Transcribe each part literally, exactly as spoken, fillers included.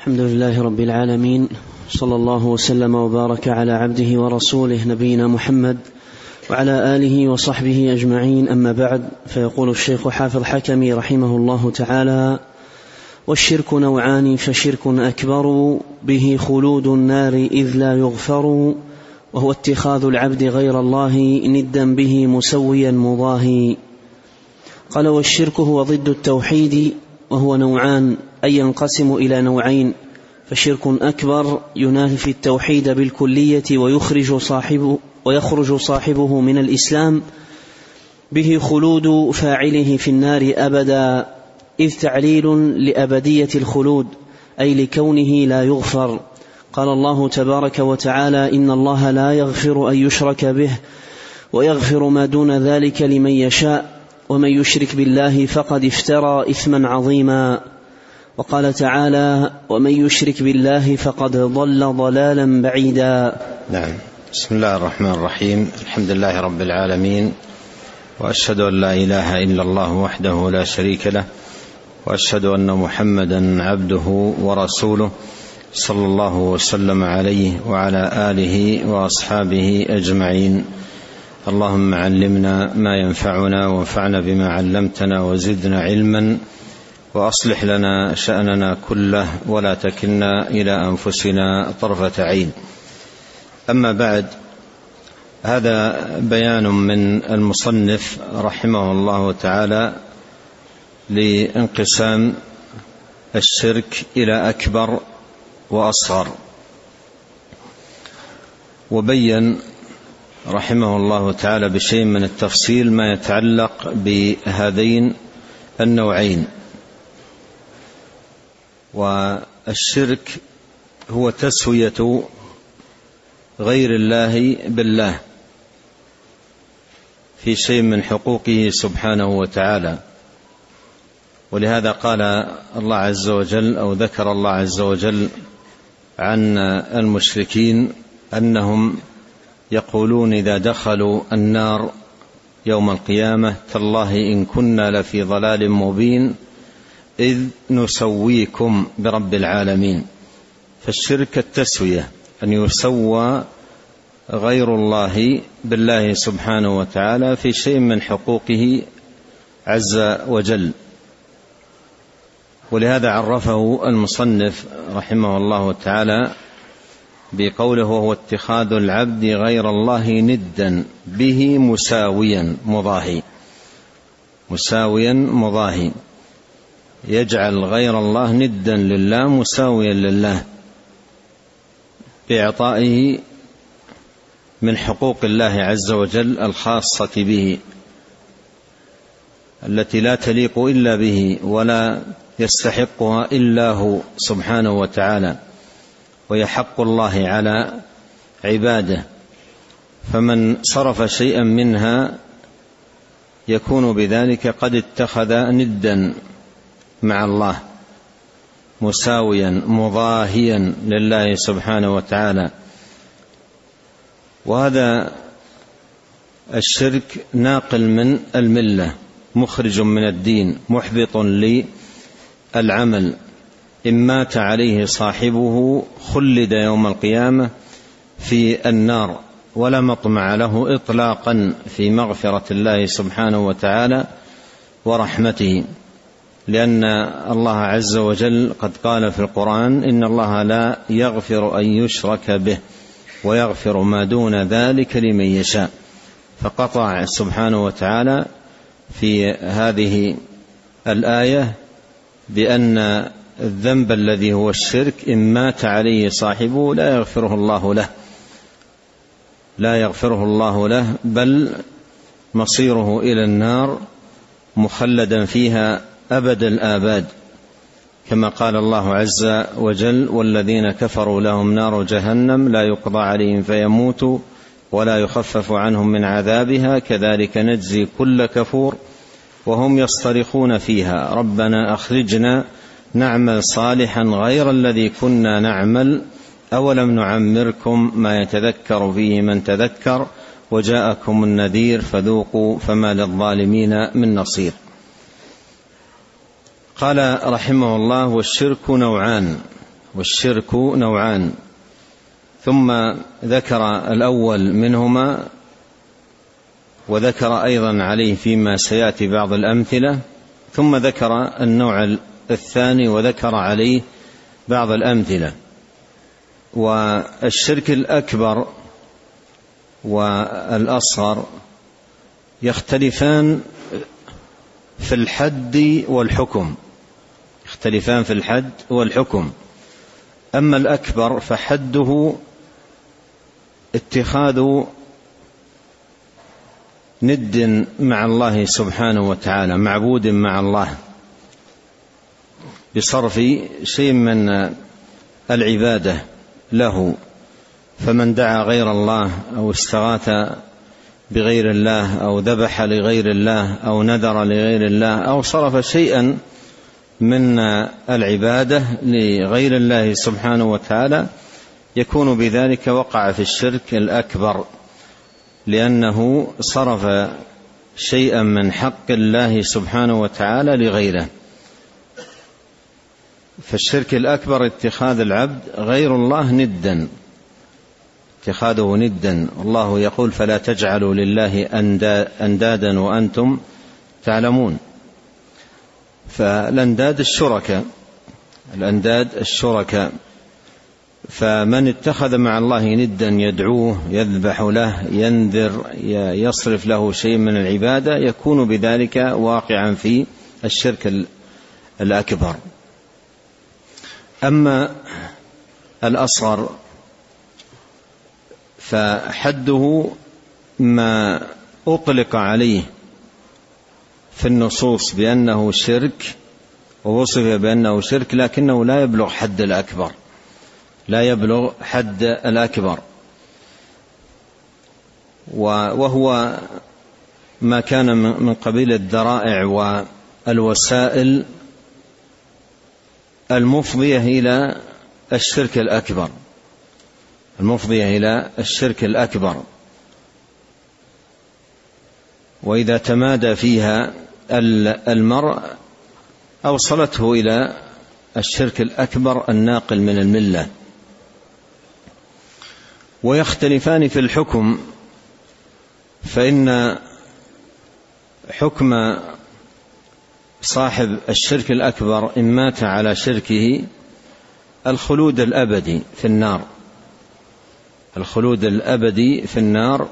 الحمد لله رب العالمين، صلى الله وسلم وبارك على عبده ورسوله نبينا محمد وعلى آله وصحبه أجمعين. أما بعد، فيقول الشيخ حافظ حكمي رحمه الله تعالى: والشرك نوعان، فشرك أكبر به خلود النار إذ لا يغفر، وهو اتخاذ العبد غير الله ندا به مسويا مضاهي. قال: والشرك هو ضد التوحيد، وهو نوعان، أي ينقسم إلى نوعين: فشرك أكبر ينافي التوحيد بالكلية ويخرج صاحبه, ويخرج صاحبه من الإسلام، به خلود فاعله في النار أبدا، إذ تعليل لأبدية الخلود، أي لكونه لا يغفر. قال الله تبارك وتعالى: إن الله لا يغفر أن يشرك به ويغفر ما دون ذلك لمن يشاء، ومن يشرك بالله فقد افترى إثما عظيما. وقال تعالى: ومن يشرك بالله فقد ضل ضلالا بعيدا. نعم. بسم الله الرحمن الرحيم. الحمد لله رب العالمين، وأشهد أن لا إله إلا الله وحده لا شريك له، وأشهد أن محمدا عبده ورسوله، صلى الله وسلم عليه وعلى آله وأصحابه أجمعين. اللهم علمنا ما ينفعنا، وانفعنا بما علمتنا، وزدنا علما، وأصلح لنا شأننا كله، ولا تكلنا إلى أنفسنا طرفة عين. أما بعد، هذا بيان من المصنف رحمه الله تعالى لانقسام الشرك إلى أكبر وأصغر، وبين رحمه الله تعالى بشيء من التفصيل ما يتعلق بهذين النوعين. والشرك هو تسوية غير الله بالله في شيء من حقوقه سبحانه وتعالى. ولهذا قال الله عز وجل، أو ذكر الله عز وجل عن المشركين أنهم يقولون إذا دخلوا النار يوم القيامة: تالله إن كنا لفي ضلال مبين إذ نسويكم برب العالمين. فالشرك التسوية، أن يسوى غير الله بالله سبحانه وتعالى في شيء من حقوقه عز وجل. ولهذا عرفه المصنف رحمه الله تعالى بقوله: وهو اتخاذ العبد غير الله ندا به مساويا مضاهي. مساويا مضاهي، يجعل غير الله ندا لله مساويا لله بإعطائه من حقوق الله عز وجل الخاصة به، التي لا تليق إلا به ولا يستحقها إلا هو سبحانه وتعالى، وهي حق الله على عباده. فمن صرف شيئا منها يكون بذلك قد اتخذ ندا مع الله، مساويا مضاهيا لله سبحانه وتعالى. وهذا الشرك ناقل من الملة، مخرج من الدين، محبط للعمل. إن مات عليه صاحبه خلد يوم القيامة في النار، ولا مطمع له إطلاقا في مغفرة الله سبحانه وتعالى ورحمته، لأن الله عز وجل قد قال في القرآن: إن الله لا يغفر أن يشرك به ويغفر ما دون ذلك لمن يشاء. فقطع سبحانه وتعالى في هذه الآية بأن الذنب الذي هو الشرك إن مات عليه صاحبه لا يغفره الله له لا يغفره الله له بل مصيره إلى النار مخلدا فيها أبد الآباد، كما قال الله عز وجل: والذين كفروا لهم نار جهنم لا يقضى عليهم فيموتوا ولا يخفف عنهم من عذابها كذلك نجزي كل كفور وهم يصطرخون فيها ربنا أخرجنا نعمل صالحا غير الذي كنا نعمل أولم نعمركم ما يتذكر فيه من تذكر وجاءكم النذير فذوقوا فما للظالمين من نصير. قال رحمه الله: والشرك نوعان، والشرك نوعان، ثم ذكر الأول منهما وذكر أيضا عليه فيما سيأتي بعض الأمثلة، ثم ذكر النوع الثاني وذكر عليه بعض الأمثلة. والشرك الأكبر والأصغر يختلفان في الحد والحكم يختلفان في الحد والحكم. أما الأكبر فحده اتخاذ ند مع الله سبحانه وتعالى، معبود مع الله، بصرف شيء من العبادة له. فمن دعا غير الله أو استغاث بغير الله أو ذبح لغير الله أو نذر لغير الله أو صرف شيئا من العبادة لغير الله سبحانه وتعالى، يكون بذلك وقع في الشرك الأكبر، لأنه صرف شيئا من حق الله سبحانه وتعالى لغيره. فالشرك الأكبر اتخاذ العبد غير الله ندا، اتخاذه ندا. الله يقول: فلا تجعلوا لله أندادا وأنتم تعلمون. فالأنداد الشركاء الأنداد الشركاء فمن اتخذ مع الله ندا يدعوه، يذبح له، ينذر، يصرف له شيء من العبادة، يكون بذلك واقعا في الشرك الأكبر. أما الأصغر فحده ما أطلق عليه في النصوص بأنه شرك ووصف بأنه شرك، لكنه لا يبلغ حد الأكبر لا يبلغ حد الأكبر وهو ما كان من قبيل الذرائع والوسائل المفضية إلى الشرك الأكبر المفضية إلى الشرك الأكبر وإذا تمادى فيها المرء أوصلته إلى الشرك الأكبر الناقل من الملة. ويختلفان في الحكم، فإن حكم صاحب الشرك الأكبر إن مات على شركه الخلود الأبدي في النار الخلود الأبدي في النار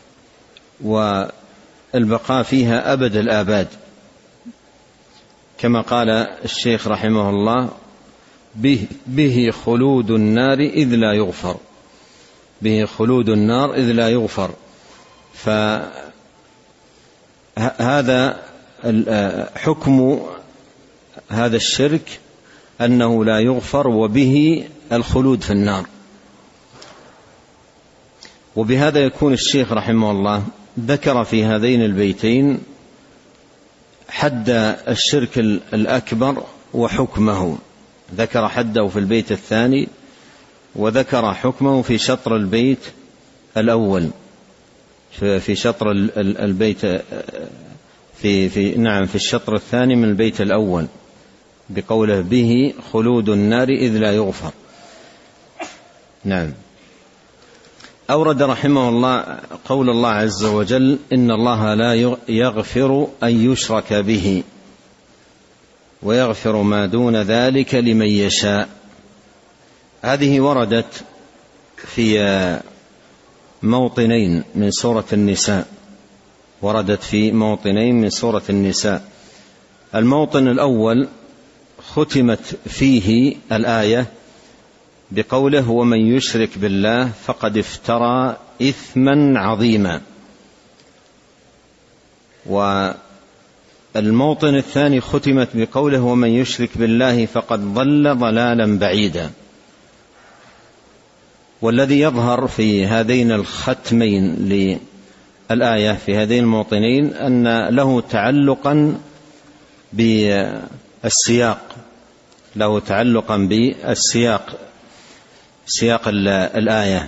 والبقاء فيها أبد الآباد، كما قال الشيخ رحمه الله: به, به خلود النار إذ لا يغفر به خلود النار إذ لا يغفر. فهذا حكم هذا الشرك أنه لا يغفر وبه الخلود في النار. وبهذا يكون الشيخ رحمه الله ذكر في هذين البيتين حد الشرك الأكبر وحكمه، ذكر حده في البيت الثاني وذكر حكمه في شطر البيت الأول في شطر البيت في في نعم في الشطر الثاني من البيت الأول بقوله: به خلود النار إذ لا يغفر. نعم. أورد رحمه الله قول الله عز وجل: إن الله لا يغفر أن يشرك به ويغفر ما دون ذلك لمن يشاء. هذه وردت في موطنين من سورة النساء وردت في موطنين من سورة النساء. الموطن الأول ختمت فيه الآية بقوله: ومن يشرك بالله فقد افترى إثما عظيما. والموطن الثاني ختمت بقوله: ومن يشرك بالله فقد ضل ضلالا بعيدا. والذي يظهر في هذين الختمين للآية في هذين الموطنين أن له تعلقا بالسياق له تعلقا بالسياق سياق الآية،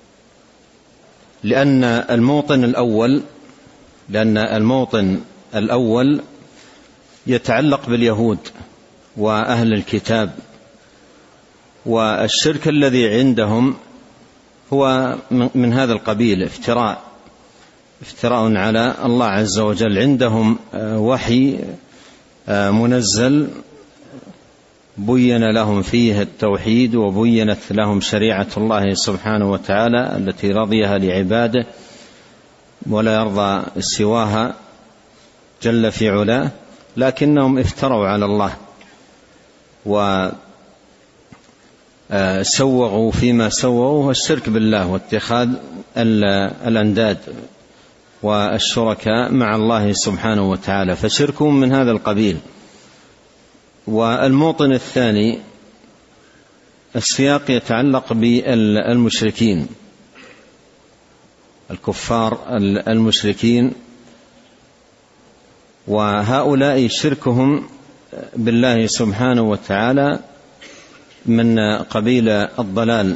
لأن الموطن الأول لأن الموطن الأول يتعلق باليهود وأهل الكتاب والشرك الذي عندهم هو من هذا القبيل، افتراء افتراء على الله عز وجل. عندهم وحي منزل بين لهم فيه التوحيد، وبينت لهم شريعة الله سبحانه وتعالى التي رضيها لعباده ولا يرضى سواها جل في علاه، لكنهم افتروا على الله وسوغوا فيما سوغوا، الشرك بالله واتخاذ الأنداد والشركاء مع الله سبحانه وتعالى، فشركهم من هذا القبيل. والموطن الثاني السياق يتعلق بالمشركين الكفار المشركين، وهؤلاء شركهم بالله سبحانه وتعالى من قبيل الضلال،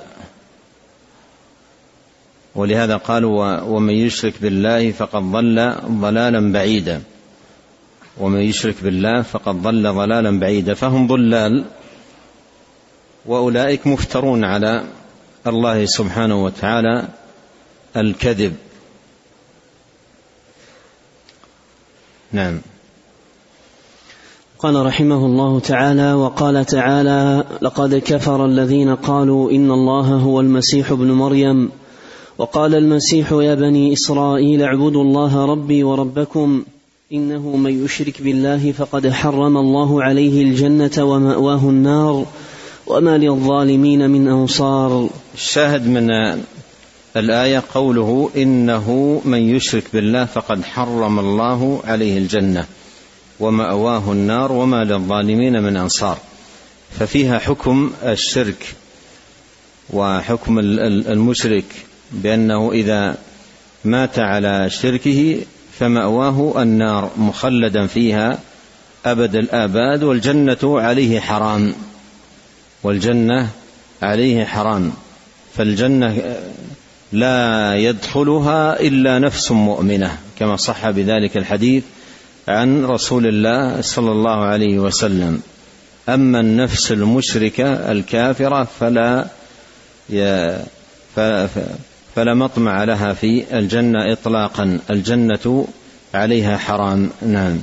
ولهذا قالوا ومن يشرك بالله فقد ضل ضلالا بعيدا، ومن يشرك بالله فقد ضل ضلالا بعيدا، فهم ضلال، وأولئك مفترون على الله سبحانه وتعالى الكذب. نعم. قال رحمه الله تعالى: وقال تعالى: لقد كفر الذين قالوا إن الله هو المسيح ابن مريم، وقال المسيح يا بني إسرائيل اعبدوا الله ربي وربكم إنه من يشرك بالله فقد حرم الله عليه الجنة ومأواه النار وما للظالمين من أنصار. الشاهد من الآية قوله إنه من يشرك بالله فقد حرم الله عليه الجنة ومأواه النار وما للظالمين من أنصار، ففيها حكم الشرك وحكم المشرك بأنه إذا مات على شركه فمأواه النار مخلدا فيها أبد الآباد، والجنة عليه حرام، والجنة عليه حرام، فالجنة لا يدخلها إلا نفس مؤمنة كما صح بذلك الحديث عن رسول الله صلى الله عليه وسلم. أما النفس المشركة الكافرة فلا فلا مطمع لها في الجنة إطلاقا، الجنة عليها حرام. نعم.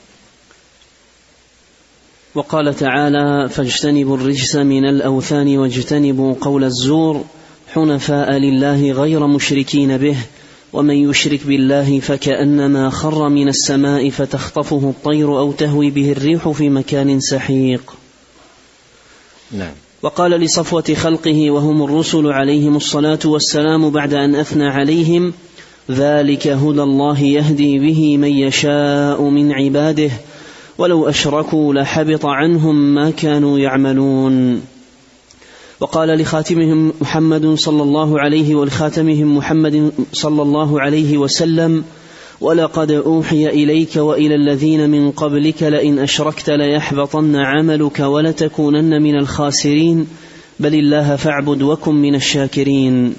وقال تعالى: فاجتنبوا الرجس من الأوثان واجتنبوا قول الزور حنفاء لله غير مشركين به ومن يشرك بالله فكأنما خر من السماء فتخطفه الطير أو تهوي به الريح في مكان سحيق. نعم. وقال لصفوة خلقه وهم الرسل عليهم الصلاة والسلام بعد أن أثنى عليهم: ذلك هدى الله يهدي به من يشاء من عباده ولو أشركوا لحبط عنهم ما كانوا يعملون. وقال لخاتمهم محمد صلى الله عليه ولخاتمهم محمد صلى الله عليه وسلم: ولقد أوحي إليك وإلى الذين من قبلك لئن أشركت ليحبطن عملك ولتكونن من الخاسرين بل الله فاعبد وكن من الشاكرين.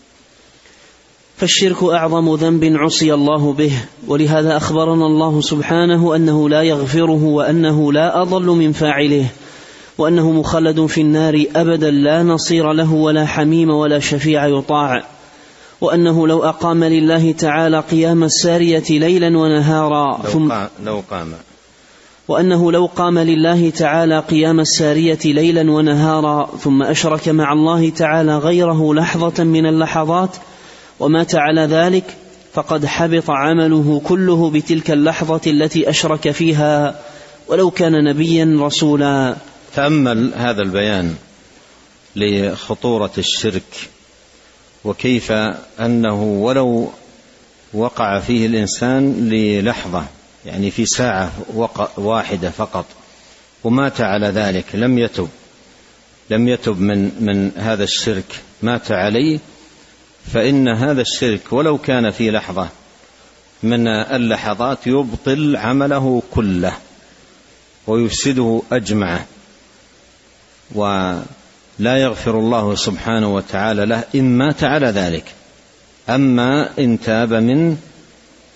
فالشرك أعظم ذنب عصي الله به، ولهذا أخبرنا الله سبحانه أنه لا يغفره وأنه لا أضل من فاعله، وأنه مخلد في النار أبدا لا نصير له ولا حميم ولا شفيع يطاع، وأنه لو أقام لله تعالى قيام السارية ليلا ونهارا ثم لو قام وأنه لو قام لله تعالى قيام السارية ليلا ونهارا ثم أشرك مع الله تعالى غيره لحظة من اللحظات ومات على ذلك فقد حبط عمله كله بتلك اللحظة التي أشرك فيها ولو كان نبيا رسولا. تأمل هذا البيان لخطورة الشرك، وكيف أنه ولو وقع فيه الإنسان للحظة، يعني في ساعة واحدة فقط، ومات على ذلك لم يتب لم يتب من من هذا الشرك، مات عليه، فإن هذا الشرك ولو كان في لحظة من اللحظات يبطل عمله كله ويفسده أجمعه، ولا يغفر الله سبحانه وتعالى له إن مات على ذلك. أما إن تاب منه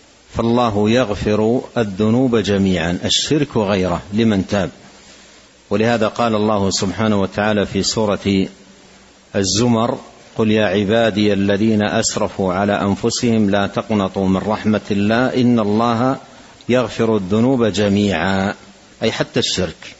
فالله يغفر الذنوب جميعا، الشرك وغيره، لمن تاب. ولهذا قال الله سبحانه وتعالى في سورة الزمر: قل يا عبادي الذين أسرفوا على أنفسهم لا تقنطوا من رحمة الله إن الله يغفر الذنوب جميعا، أي حتى الشرك.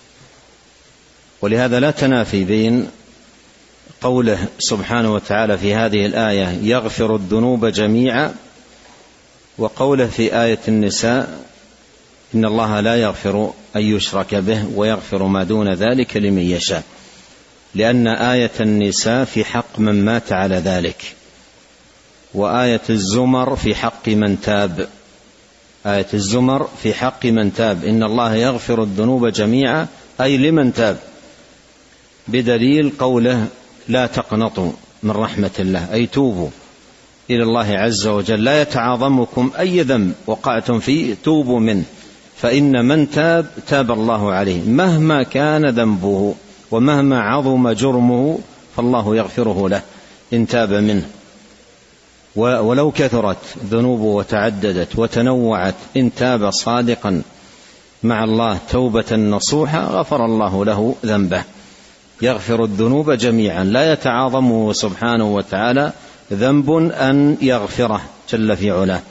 ولهذا لا تنافي بين قوله سبحانه وتعالى في هذه الآية يغفر الذنوب جميعا وقوله في آية النساء إن الله لا يغفر أن يشرك به ويغفر ما دون ذلك لمن يشاء، لأن آية النساء في حق من مات على ذلك، وآية الزمر في حق من تاب. آية الزمر في حق من تاب، إن الله يغفر الذنوب جميعا أي لمن تاب، بدليل قوله لا تقنطوا من رحمة الله، أي توبوا إلى الله عز وجل، لا يتعاظمكم أي ذنب وقعتم فيه توبوا منه، فإن من تاب تاب الله عليه مهما كان ذنبه ومهما عظم جرمه، فالله يغفره له إن تاب منه، ولو كثرت ذنوبه وتعددت وتنوعت، إن تاب صادقا مع الله توبة نصوحة غفر الله له ذنبه. يغفر الذنوب جميعا، لا يتعاظمه سبحانه وتعالى ذنب أن يغفره جل في علاه.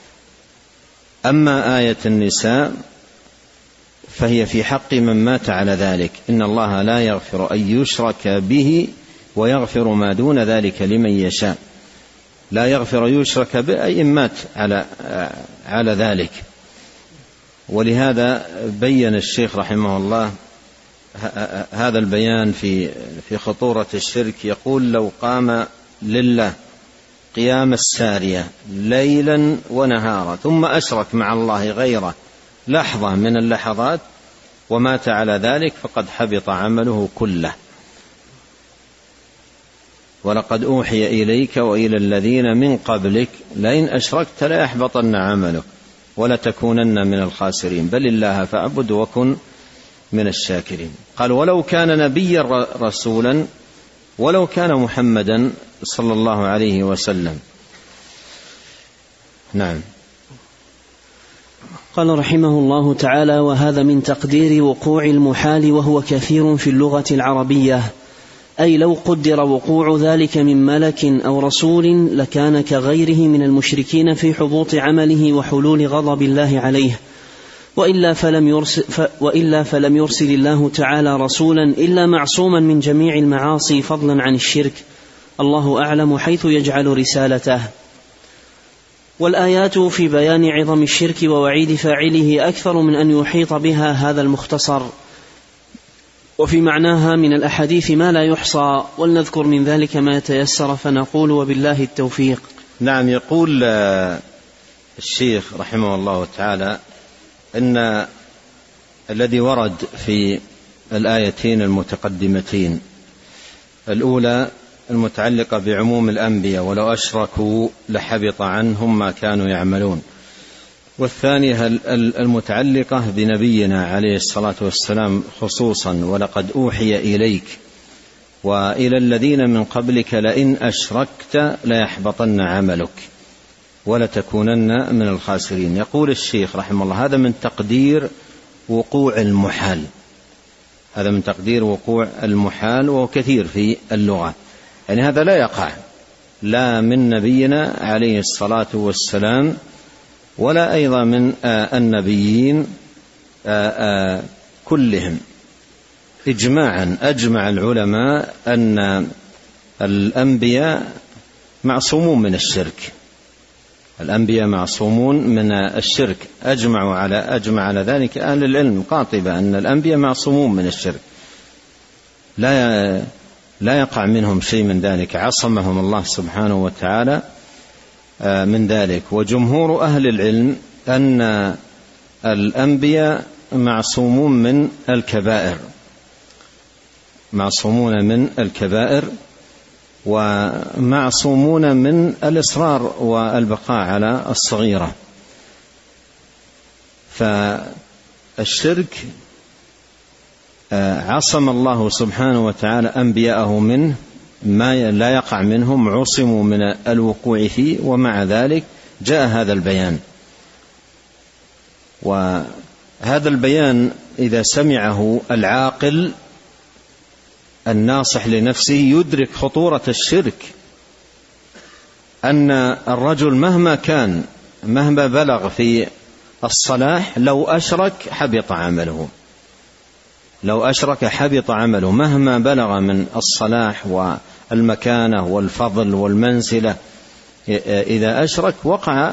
أما آية النساء فهي في حق من مات على ذلك، إن الله لا يغفر أن يشرك به ويغفر ما دون ذلك لمن يشاء. لا يغفر أن يشرك به أي إن مات على, على ذلك. ولهذا بين الشيخ رحمه الله هذا البيان في في خطورة الشرك، يقول: لو قام لله قيام السارية ليلا ونهارا ثم أشرك مع الله غيره لحظة من اللحظات ومات على ذلك فقد حبط عمله كله. ولقد أوحي إليك وإلى الذين من قبلك لئن أشركت ليحبطن عملك ولتكونن من الخاسرين بل الله فاعبد وكن من الشاكرين. قال: ولو كان نبيا رسولا ولو كان محمدا صلى الله عليه وسلم. نعم. قال رحمه الله تعالى: وهذا من تقدير وقوع المحال، وهو كثير في اللغة العربية، أي لو قدر وقوع ذلك من ملك أو رسول لكان كغيره من المشركين في حبوط عمله وحلول غضب الله عليه، وإلا فلم يرسل, وإلا فلم يرسل الله تعالى رسولا إلا معصوما من جميع المعاصي فضلا عن الشرك، الله أعلم حيث يجعل رسالته. والآيات في بيان عظم الشرك ووعيد فاعله أكثر من أن يحيط بها هذا المختصر، وفي معناها من الأحاديث ما لا يحصى، ولنذكر من ذلك ما يتيسر فنقول وبالله التوفيق. نعم. يقول الشيخ رحمه الله تعالى إن الذي ورد في الآيتين المتقدمتين، الأولى المتعلقة بعموم الأنبياء ولو أشركوا لحبط عنهم ما كانوا يعملون، والثانية المتعلقة بنبينا عليه الصلاة والسلام خصوصا: ولقد أوحي إليك وإلى الذين من قبلك لئن أشركت ليحبطن عملك ولتكونن من الخاسرين. يقول الشيخ رحمه الله: هذا من تقدير وقوع المحال، هذا من تقدير وقوع المحال، وهو كثير في اللغة، يعني هذا لا يقع لا من نبينا عليه الصلاة والسلام ولا أيضا من النبيين كلهم. إجماعا أجمع العلماء أن الأنبياء معصومون من الشرك، الأنبياء معصومون من الشرك، أجمعوا على أجمع على ذلك أهل العلم قاطبة أن الأنبياء معصومون من الشرك، لا لا يقع منهم شيء من ذلك، عصمهم الله سبحانه وتعالى من ذلك. وجمهور أهل العلم أن الأنبياء معصومون من الكبائر، معصومون من الكبائر ومعصومون من الإصرار والبقاء على الصغيرة. فالشرك عصم الله سبحانه وتعالى أنبياءه منه، ما لا يقع منهم، عصموا من الوقوع فيه، ومع ذلك جاء هذا البيان. هذا البيان إذا سمعه العاقل الناصح لنفسه يدرك خطورة الشرك، أن الرجل مهما كان مهما بلغ في الصلاح لو أشرك حبط عمله، لو أشرك حبط عمله مهما بلغ من الصلاح والمكانة والفضل والمنزلة، إذا أشرك وقع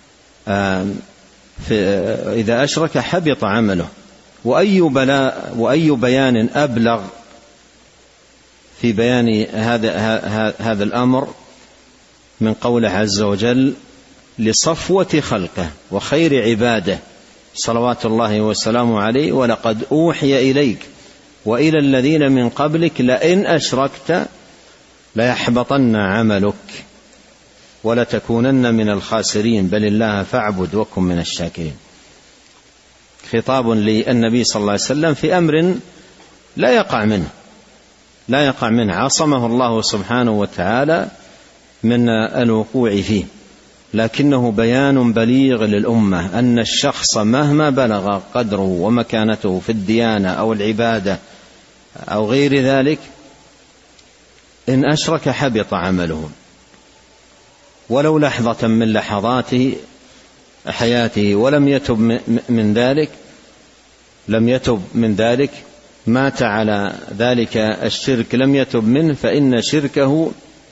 إذا أشرك حبط عمله. وأي بلاء وأي بيان أبلغ في بيان هذا هذا الأمر من قوله عز وجل لصفوة خلقه وخير عباده صلوات الله وسلامه عليه: ولقد أوحي إليك وإلى الذين من قبلك لئن أشركت ليحبطن عملك ولتكونن من الخاسرين بل الله فاعبد وكن من الشاكرين. خطاب للنبي صلى الله عليه وسلم في أمر لا يقع منه لا يقع منه عصمه الله سبحانه وتعالى من الوقوع فيه، لكنه بيان بليغ للأمة أن الشخص مهما بلغ قدره ومكانته في الديانة أو العبادة أو غير ذلك إن أشرك حبط عمله ولو لحظة من لحظاته حياته ولم يتب من ذلك لم يتب من ذلك مات على ذلك الشرك لم يتب منه، فإن شركه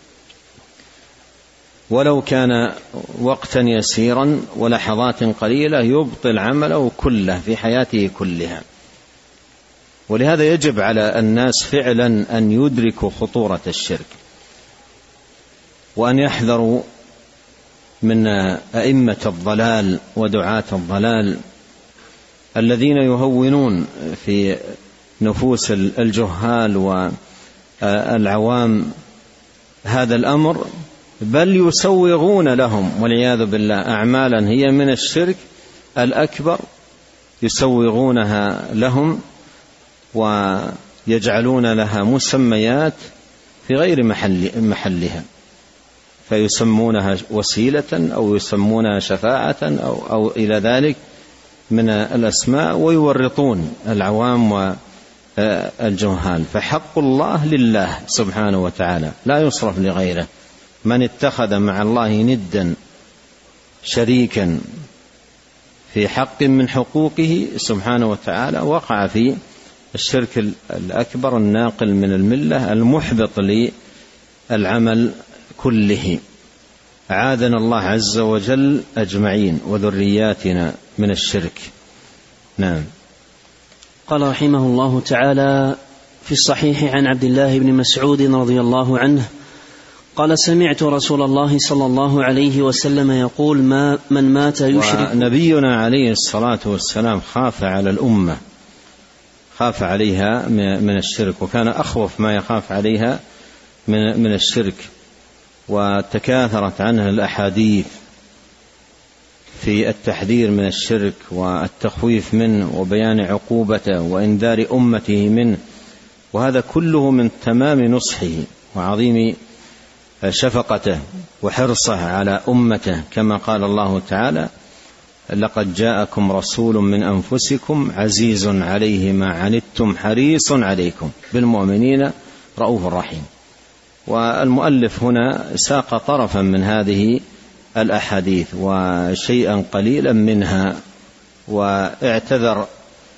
ولو كان وقتا يسيرا ولحظات قليلة يبطل عمله كله في حياته كلها. ولهذا يجب على الناس فعلا أن يدركوا خطورة الشرك وأن يحذروا من أئمة الضلال ودعاة الضلال الذين يهونون في نفوس الجهال والعوام هذا الأمر، بل يسوغون لهم والعياذ بالله أعمالا هي من الشرك الأكبر يسوغونها لهم ويجعلون لها مسميات في غير محل محلها، فيسمونها وسيلة أو يسمونها شفاعة أو, أو إلى ذلك من الأسماء ويورطون العوام والجهال. فحق الله لله سبحانه وتعالى لا يصرف لغيره. من اتخذ مع الله ندا شريكا في حق من حقوقه سبحانه وتعالى وقع في الشرك الأكبر الناقل من الملة المحبط للعمل كله. أعاذنا الله عز وجل أجمعين وذرياتنا من الشرك. نعم. قال رحمه الله تعالى في الصحيح عن عبد الله بن مسعود رضي الله عنه قال: سمعت رسول الله صلى الله عليه وسلم يقول: ما من مات يشرك. ونبينا عليه الصلاة والسلام خاف على الأمة، خاف عليها من الشرك، وكان أخوف ما يخاف عليها من من الشرك، وتكاثرت عنه الأحاديث في التحذير من الشرك والتخويف منه وبيان عقوبته وإنذار أمته منه، وهذا كله من تمام نصحه وعظيم شفقته وحرصه على أمته، كما قال الله تعالى: لقد جاءكم رسول من أنفسكم عزيز عليه ما عنتم حريص عليكم بالمؤمنين رؤوف رحيم. والمؤلف هنا ساق طرفا من هذه الأحاديث وشيئا قليلا منها، واعتذر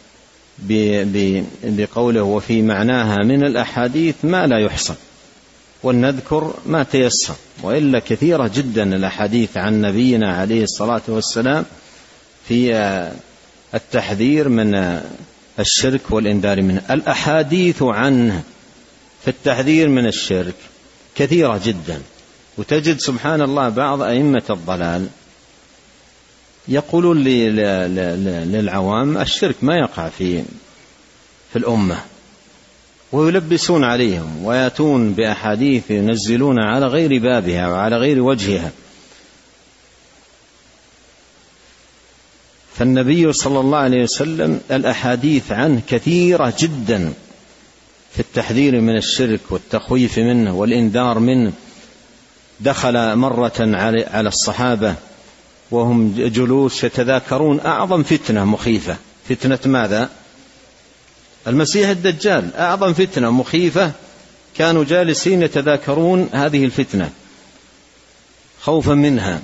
بقوله: وفي معناها من الأحاديث ما لا يحصى، ولنذكر ما تيسر، وإلا كثيرة جدا الأحاديث عن نبينا عليه الصلاة والسلام في التحذير من الشرك والإنذار منه. الأحاديث عنه في التحذير من الشرك كثيرة جدا، وتجد سبحان الله بعض أئمة الضلال يقولون للعوام الشرك ما يقع في في الأمة، ويلبسون عليهم ويأتون بأحاديث ينزلون على غير بابها وعلى غير وجهها. فالنبي صلى الله عليه وسلم الأحاديث عنه كثيرة جدا في التحذير من الشرك والتخويف منه والإنذار منه. دخل مرة على الصحابة وهم جلوس يتذاكرون أعظم فتنة مخيفة فتنة ماذا؟ المسيح الدجال، أعظم فتنة مخيفة، كانوا جالسين يتذاكرون هذه الفتنة خوفا منها،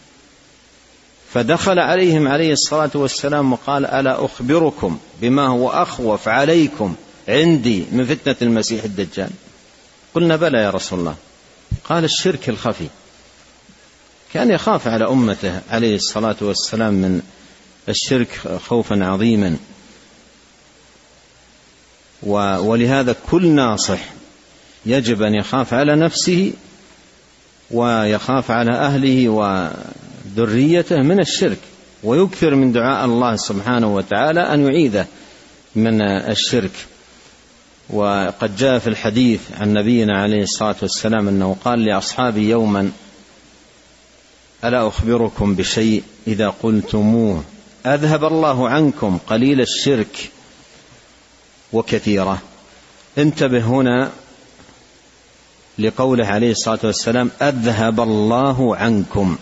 فدخل عليهم عليه الصلاة والسلام وقال: ألا أخبركم بما هو أخوف عليكم عندي من فتنة المسيح الدجال؟ قلنا: بلى يا رسول الله. قال: الشرك الخفي. كان يخاف على أمته عليه الصلاة والسلام من الشرك خوفا عظيما، ولهذا كل ناصح يجب أن يخاف على نفسه ويخاف على أهله وذريته من الشرك، ويكثر من دعاء الله سبحانه وتعالى أن يعيذه من الشرك. وقد جاء في الحديث عن نبينا عليه الصلاة والسلام أنه قال لأصحابه يوما: ألا أخبركم بشيء إذا قلتموه أذهب الله عنكم قليل الشرك وكثيرة. انتبه هنا لقوله عليه الصلاة والسلام: أذهب الله عنكم،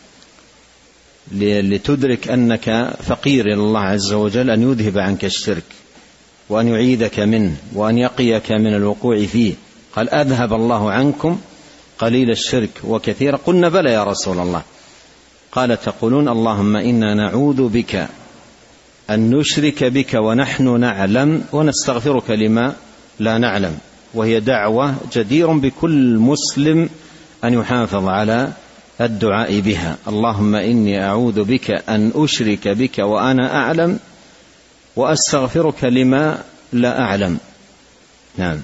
لتدرك أنك فقير إلى الله عز وجل أن يذهب عنك الشرك وأن يعيذك منه وأن يقيك من الوقوع فيه. قال: أذهب الله عنكم قليل الشرك وكثيرا. قلنا: بلى يا رسول الله. قال: تقولون اللهم إنا نعوذ بك أن نشرك بك ونحن نعلم ونستغفرك لما لا نعلم. وهي دعوة جدير بكل مسلم أن يحافظ على الدعاء بها: اللهم إني أعوذ بك أن أشرك بك وأنا أعلم وأستغفرك لما لا أعلم. نعم.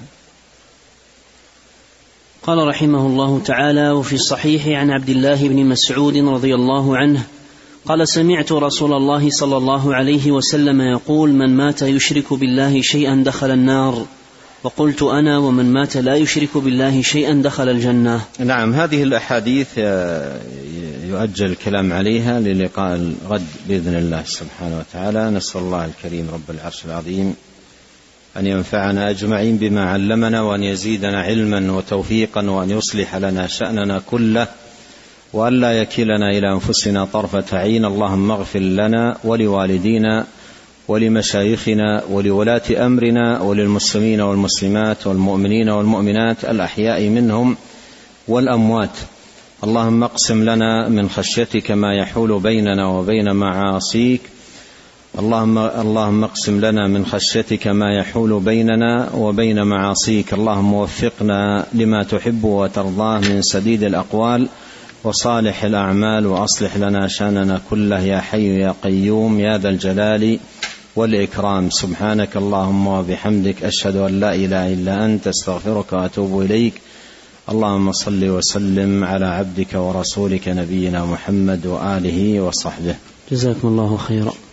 قال رحمه الله تعالى: وفي الصحيح عن عبد الله بن مسعود رضي الله عنه قال: سمعت رسول الله صلى الله عليه وسلم يقول: من مات يشرك بالله شيئا دخل النار. وقلت أنا: ومن مات لا يشرك بالله شيئا دخل الجنة. نعم، هذه الأحاديث يؤجل الكلام عليها للقاء الغد بإذن الله سبحانه وتعالى. نسأل الله الكريم رب العرش العظيم أن ينفعنا أجمعين بما علمنا، وأن يزيدنا علما وتوفيقا، وأن يصلح لنا شأننا كله، وأن لا يكلنا إلى أنفسنا طرفة عين. اللهم اغفر لنا ولوالدينا ولمشايخنا ولولاة أمرنا وللمسلمين والمسلمات والمؤمنين والمؤمنات الأحياء منهم والأموات. اللهم اقسم لنا من خشيتك ما يحول بيننا وبين معاصيك. اللهم اللهم اقسم لنا من خشيتك ما يحول بيننا وبين معاصيك. اللهم وفقنا لما تحب وترضاه من سديد الأقوال وصالح الأعمال، وأصلح لنا شأننا كله يا حي يا قيوم يا ذا الجلال والإكرام. سبحانك اللهم وبحمدك، أشهد أن لا إله إلا أنت، استغفرك وأتوب إليك. اللهم صل وسلم على عبدك ورسولك نبينا محمد وآله وصحبه. جزاكم الله خيرا.